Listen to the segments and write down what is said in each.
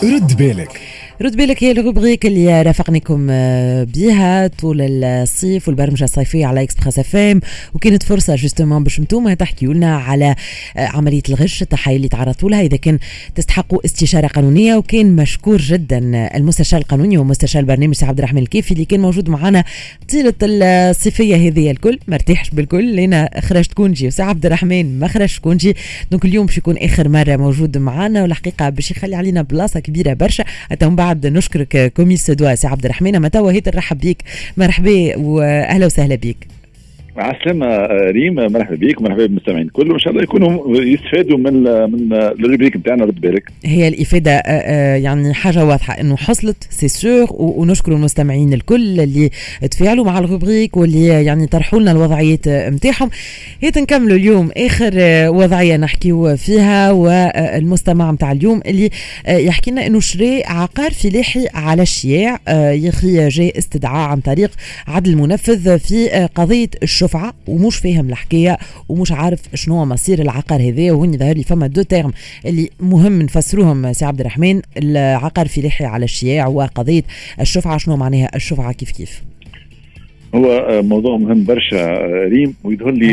رد بالك هي الروبريك اللي رافقناكم بيها طول الصيف والبرمجة الصيفية على اكسبريس اف ام، وكانت فرصة جوستومون باش نتوما تحكيوا لنا على عملية الغش، التحايل اللي تعرضتوا لها، إذا كان تستحقوا استشارة قانونية. وكان مشكور جدا المستشار القانوني ومستشار البرنامج سي عبد الرحمن الكيفي اللي كان موجود معنا طيلة الصيفية هذه الكل. مرتاحش بالكل لأن خرجت كونجي وسي عبد الرحمن ما خرجش كونجي، دونك اليوم باش يكون آخر مرة موجود معنا، والحقيقة باش يخلي علينا بلاصة كبيرة برشا. أتم بعد نشكرك كوميل سدوا سي عبد الرحمن، ما توا هيت نرحب بيك. مرحبا واهلا وسهلا بيك. عسلامة ريم، مرحبا بيك ومرحبا بالمستمعين كلهم، ان شاء الله يكونوا يستفادوا من الريبريك نتاعنا. رد بالك هي الافاده يعني حاجه واضحه انه حصلت سي سور، ونشكر المستمعين الكل اللي تفاعلوا مع الريبريك واللي يعني طرحوا لنا الوضعيات نتاعهم. هيت نكملوا اليوم اخر وضعيه نحكيو فيها، والمستمع نتاع اليوم اللي يحكي لنا انه شري عقار فلاحي على الشياع. يا اخي جاء استدعاء عن طريق عدل منفذ في قضيه الشفعة، ومش فاهم الحكايه ومش عارف شنو مصير العقار هذا. وهني ظهر لي فما دو تيرم اللي مهم نفسروهم سي عبد الرحمن، العقار فلاحي على الشياع وقضيه الشفعه. شنو معناها الشفعه كيف؟ هو موضوع مهم برشا ريم، ويظهر لي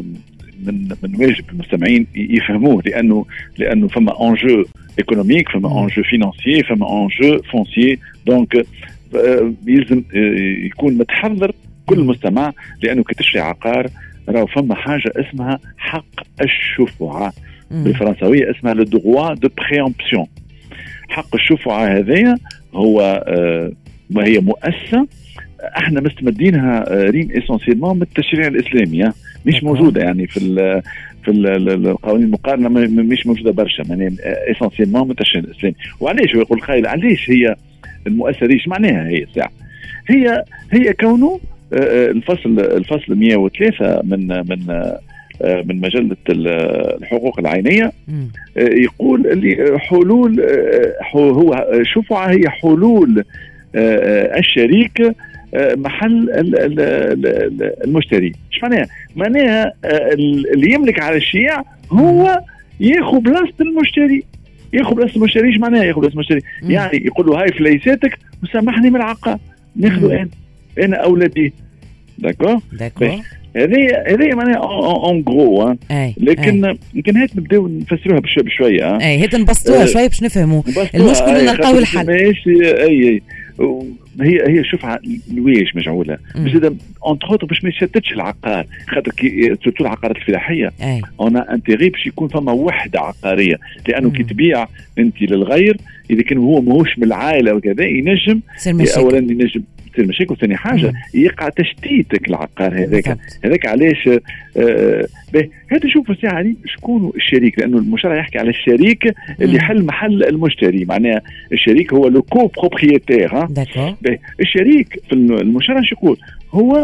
من واجب المستمعين يفهموه، لانه فما انجو ايكونوميك، فما انجو فينانسيي، فما انجو فونسيي. دونك يلزم يكون متحضر كل مستمع، لأنه كي تشري عقار راهو فما حاجة اسمها حق الشفعة، بالفرنساوية اسمها le droit de préemption. حق الشفعة هذايا هو ما هي مؤسسة احنا مستمدينها ريم اسونسيلمون من التشريع الإسلامي، مش موجودة يعني في القوانين المقارنة، مش موجودة برشا، يعني اسونسيلمون من التشريع الإسلامي. وعليش يقول القائل علاش هي المؤسسة دي؟ معناها هي ساعة هي كونه الفصل 103 من مجلة الحقوق العينية يقول اللي حلول هو شفعة هي حلول الشريك محل المشتري. ايش معناها اللي يملك على الشيع هو ياخذ بلاصة المشتري. ايش معناها ياخذ بلاصة المشتري؟ يعني يقول له هاي فليساتك وسامحني من العقار ناخذه انا اولادي. داكور هذه معناها اون غرو، لكن يمكن هات نبداو نفسروها بشويه. هات نبسطوها شويه باش نفهموا المشكل ونلقاو الحل. هي شوفها لويش مجعوله بس اذا اونتر باش ما يشتتش العقار، خاطر كي سورتو العقارات الفلاحيه انا انتيغي باش يكون فما وحده عقاريه، لانه كي تبيع انت للغير اذا كان هو ماهوش من العائله وكذا ينجم اولا ينجم تصير مشاكل، ثاني حاجه يقع تشتيتك العقار هذاك علاش هذا شوفوا ساعه شكون الشريك، لانه المشرع يحكي على الشريك اللي يحل محل المشتري، معناها الشريك هو لو كو بروبريتير. الشريك في المشرع شو يقول؟ هو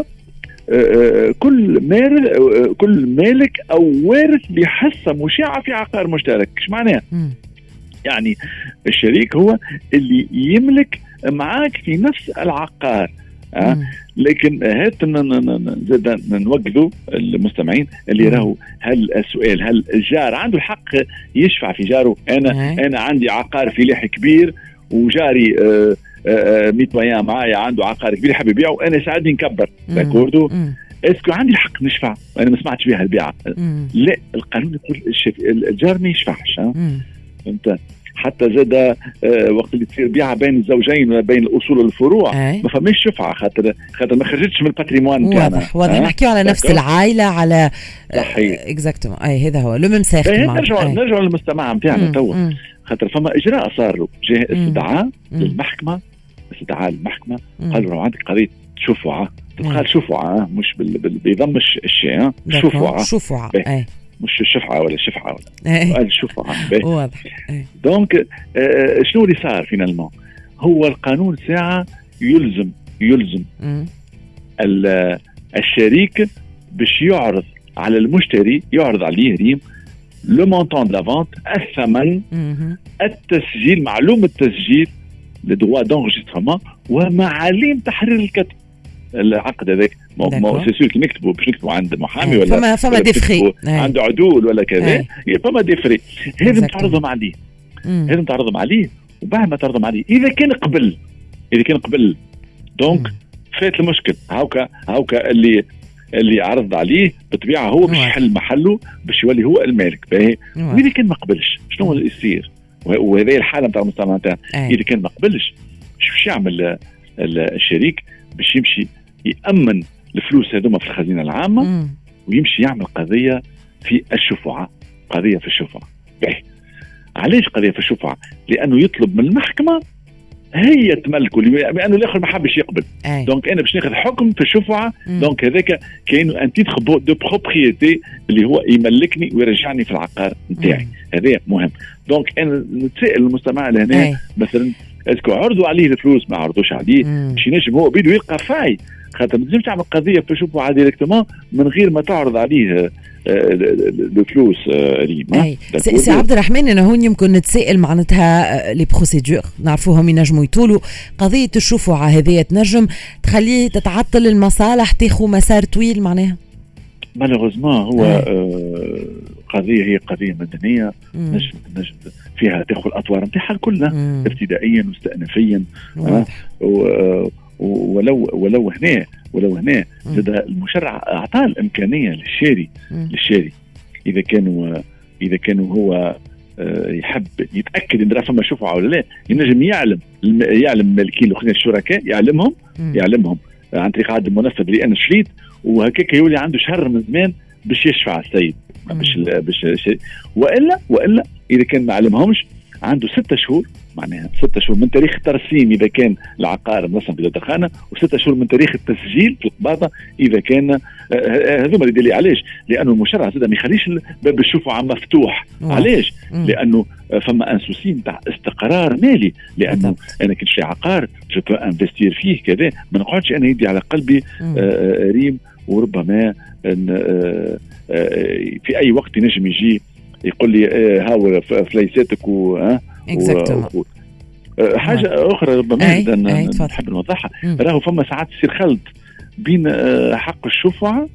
كل مالك او وارث بحصه مشاعه في عقار مشترك. ايش معناها؟ يعني الشريك هو اللي يملك معاك في نفس العقار. لكن هات زاد نوجدوا المستمعين اللي راهو هل السؤال هل الجار عنده الحق يشفع في جاره؟ انا عندي عقار فلاحي كبير وجاري ميتويان معايا عنده عقار كبير حابب يبيعه وانا ساعدني نكبر، داكوردو اسكو عندي الحق نشفع؟ انا ما سمعتش بها البيعه. لا، القانون يقول الجار ما يشفعش. انت حتى زاد وقت اللي تصير بيعه بين الزوجين ولا بين الاصول والفروع ما فماش شفعه، خاطر ما خرجتش من الباتريمون نتاعنا. واضح نحكيو على نفس العائله، على اكزاكتومون. هذا هو لو ميم سيركل. نرجع للمستمع نتاعنا توا، خاطر فما اجراء صار له، جاء استدعاء للمحكمه، قال له عندك قضيه شفعه، تتقال شفعه مش بيضمش الشيء، شفعه مش الشفعة ولا الشفعة ولا الشفعة. واضح. دونك شنو اللي صار فينالمون؟ هو القانون ساعة يلزم الشريك باش يعرض على المشتري، يعرض عليه ريم لو مونطون دو لا فونت، الثمن، التسجيل، معلومة التسجيل، لو دروا دونجسترمون، ومعاليم تحرير الكتب. العقد هذاك سي سور كي نكتبوا باش نكتبوا عند محامي ولا فما ديفري عنده عدول ولا كذا، فما ديفري. لازم تعرضهم عليه، وبعد ما تعرضهم عليه اذا كان قبل دونك فات المشكل. هاوكا اللي عرض عليه بالطبيعه هو باش يحل محله باش يولي هو المالك باهي. واذا كان ما قبلش شنو اللي يصير؟ وهذه الحاله نتاع المجتمع نتاعنا. اذا كان ما قبلش باش يعمل الشريك؟ باش يمشي يامن الفلوس هذوما في الخزينه العامه ويمشي يعمل قضيه في الشفعه. باهي علاش قضيه في الشفعه؟ لانه يطلب من المحكمه هي تملكه لانه الاخر ما حبش يقبل. دونك انا باش ناخذ حكم في الشفعه. دونك هذاك كاين ان تيتر دو بروبريتي اللي هو يملكني ويرجعني في العقار نتاعي. هذا مهم. دونك انا نتسائل المستمع لهنا مثلا اسكو عرضوا عليه الفلوس ما عرضوش عليه باش ينجم هو بيدو يلقى فاي. خاطر ما تنجمش تعمل قضيه في الشفعه ديريكتومون من غير ما تعرض عليه الفلوس. سي عبد الرحمن انا هون يمكن نتسائل معناتها لي بروسيدور نعرفوهم ينجموا يطولوا. قضيه الشفعه هذه تنجم تخليه تتعطل المصالح تاخذ مسار طويل معناها. مالوغوزمون هو قضيه هي قضيه مدنيه نجم فيها تاخذ الاطوار نتاعها كلها ابتدائيا واستئنافيا. ولو هنا زاد المشرع اعطى الامكانيه للشاري اذا كانوا هو يحب يتاكد ان فما شفعه ولا لا ينجم يعلم مالكين الاخرين الشركاء يعلمهم عن طريق عقد منفذ اللي انا شريت وهكاك يولي عنده شهر من زمان باش يشفع السيد باش والا اذا كان ما علمهمش عنده 6 شهور معناها 6 شهور من تاريخ الترسيم إذا كان العقار منظم بدخانة و6 شهور من تاريخ التسجيل في القباضة إذا كان هذوما اللي دليل. علاش؟ لأنه المشرع زاد ما يخليش باب الشفعة مفتوح. علاش؟ لأنه فما انسوسي نتاع استقرار مالي. لأنه أنا كنت شي عقار جو بو انفستير فيه كذا ما نقعدش أنا يدي على قلبي ريم وربما في أي وقت ينجم يجي يقول لي هاو فليساتك حاجة أخرى ربما نحب نوضحها. راهو فما ساعات يصير خلط بين حق الشفعة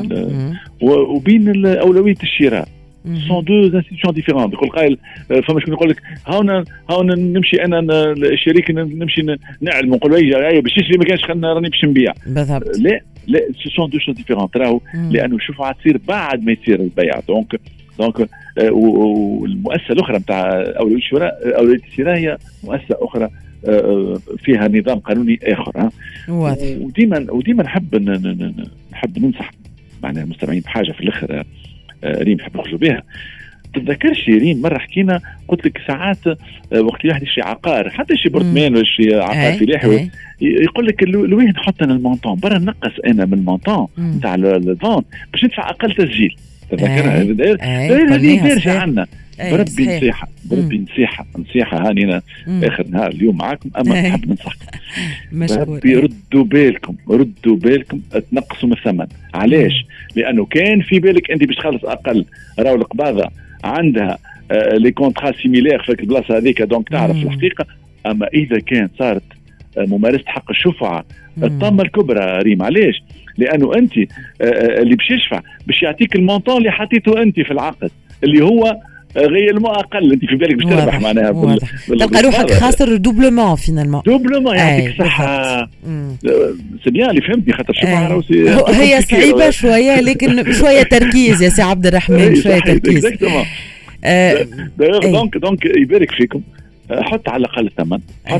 وبين أولوية الشراء. سون دو انستيتيوشن ديفيرون. يقول قائل فما شكون يقول لك هاونا نمشي انا الشريك نمشي نعلم نقول له باش يشري ما كانش راني باش نبيع. لا سون دو شوز ديفيرون راهو لأنه الشفعة تصير بعد ما يصير البيع. دونك والمؤسسه الاخرى نتاع اولويه الشراء هي مؤسسه اخرى فيها نظام قانوني اخر. وديما نحب ننصح معناها المستمعين بحاجه في الاخر ريم نحب نخرجوا بها. تتذكرش ريم مره حكينا قلت لك ساعات وقت الواحد يشري عقار حتى شي برطمان ولا شي عقار فلاحي يقول لك لوين نحط انا المونطون برا نقص انا من المونطون نتاع الفون باش ندفع اقل تسجيل. تذكرها هذه دارجة عنا. بربي نصيحة هاني أنا آخر نهار اليوم معاكم أما نحب ننصحكم بربي ردوا بالكم تنقصوا من الثمن. علاش؟ لأنه كان في بالك أنت باش تخلص أقل راهو القباضة عندها لي كونترا سيميلير في البلاصة هذيك دونك تعرف الحقيقة. أما إذا كان صارت ممارسة حق الشفعة الطامة الكبرى ريم. علاش؟ لأنه أنت اللي باش يشفع باش يعطيك المونطون اللي حطيته أنت في العقد اللي هو غير المؤقل. أنت في بالك باش تربح معناها تلقى روحك خاسر دوبلومون فينالمون. يعطيك صحة. سبيان اللي فهمتني خاطر الشفعة هي صعيبة شوية لكن شوية تركيز يا سي عبد الرحمن شوية تركيز. دونك يبارك فيكم. حط على الأقل الثمن.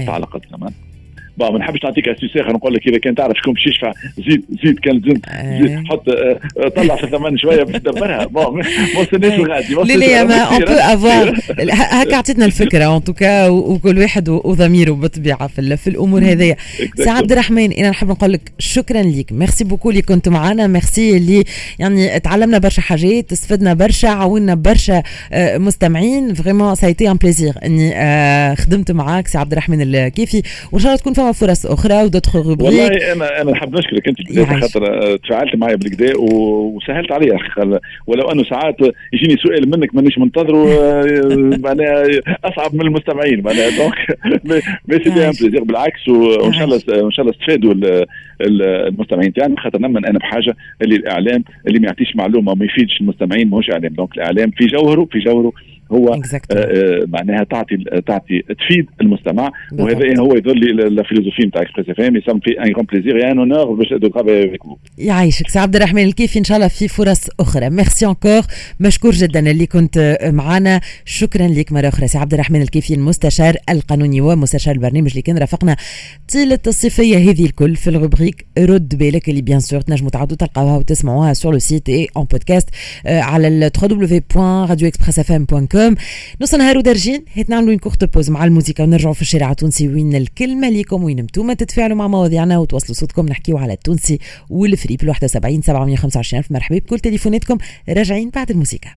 ما نحبش نعطيك استفسار نقول لك اذا كان تعرف شكون باش يشفع زيد كان زيد حط طلع في الثمن شويه باش تدبرها. ما وصلناش لغادي لا ما اون بو افوار هكا عطيتنا الفكره ان توكا وكل واحد وضميره بالطبيعه في الامور هذيا. سي عبد الرحمن انا نحب نقول لك شكرا ليك. ميرسي بوكو اللي كنت معنا. ميرسي اللي يعني تعلمنا برشا حاجات استفدنا برشا عاوننا برشا مستمعين. فريمون سا ايتي ان بليزير اني خدمت معاك سي عبد الرحمن الكيفي وان شاء الله تكون فرص اخرى ودوتر روبريك. والله انا نحب نشكرك انت خاطر تفاعلت معي بالكدا وسهلت علي ولو انه ساعات يجيني سؤال منك مانيش منتظره معناها اصعب من المستمعين معناها دونك ماشي بيان بليزير بالعكس وان شاء الله استفادوا المستمعين تاعنا خاطر نمن انا بحاجه اللي الاعلام اللي ما يعطيش معلومه وما يفيدش المستمعين ماهوش اعلام. دونك الاعلام في جوهره هو معناها تعطي تفيد المستمع. وهذا هو يدل لا فيلوزوفي نتاع اكسبريس اف ام. سام في ان غران بليزير اي ان اونور باش دو ترافاي افيك فو. يعيشك سي عبد الرحمن الكيفي، ان شاء الله في فرص اخرى. ميرسي انكور، مشكور جدا اللي كنت معنا. شكرا لك مره اخرى سي عبد الرحمن الكيفي، المستشار القانوني ومستشار البرنامج اللي كان رافقنا طيله الصيفيه هذه الكل في الروبريك رد بالك، اللي بيان سور تنجموا تعاودوا تلقاوها وتسمعوها سور لو سيت اي اون بودكاست على www.radioexpressfm.com. نص نهار ودرجين هيت نعملوا كورت بوز مع الموسيقى ونرجعوا في الشارع التونسي وين الكلمه ليكم، وين انتم تتفاعلوا مع مواضيعنا وتوصلوا صوتكم، نحكيوا على التونسي والفري بال 71 725 ألف. مرحبا بكل تليفوناتكم، راجعين بعد الموسيقى.